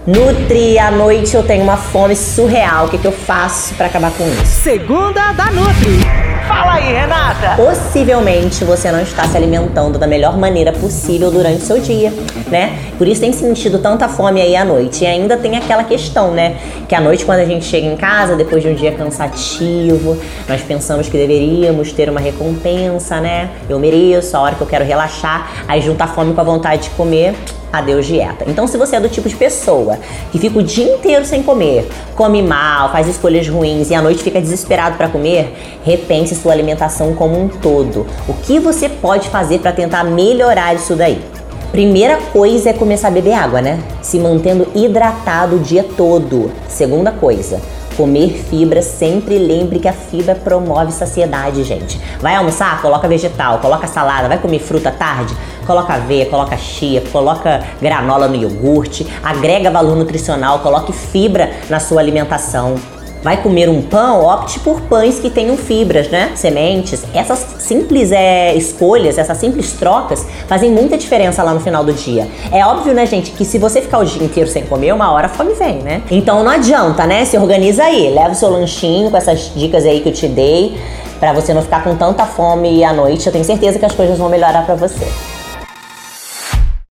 Nutri, à noite eu tenho uma fome surreal. O que eu faço pra acabar com isso? Segunda da Nutri. Fala aí, Renata! Possivelmente você não está se alimentando da melhor maneira possível durante o seu dia, né? Por isso tem sentido tanta fome aí à noite. E ainda tem aquela questão, né? Que à noite, quando a gente chega em casa, depois de um dia cansativo, nós pensamos que deveríamos ter uma recompensa, né? Eu mereço, a hora que eu quero relaxar, aí junta a fome com a vontade de comer. Adeus dieta. Então, se você é do tipo de pessoa que fica o dia inteiro sem comer, come mal, faz escolhas ruins e à noite fica desesperado para comer, repense sua alimentação como um todo. O que você pode fazer para tentar melhorar isso daí? Primeira coisa é começar a beber água, né? Se mantendo hidratado o dia todo. Segunda coisa, comer fibra. Sempre lembre que a fibra promove saciedade, gente. Vai almoçar? Coloca vegetal, coloca salada. Vai comer fruta à tarde? Coloca aveia, coloca chia, coloca granola no iogurte. Agrega valor nutricional, coloque fibra na sua alimentação. Vai comer um pão? Opte por pães que tenham fibras, né? Sementes. Essas simples escolhas, essas simples trocas fazem muita diferença lá no final do dia. É óbvio, né, gente, que se você ficar o dia inteiro sem comer, uma hora a fome vem, né? Então não adianta, né? Se organiza aí. Leva o seu lanchinho com essas dicas aí que eu te dei, pra você não ficar com tanta fome à noite. Eu tenho certeza que as coisas vão melhorar pra você.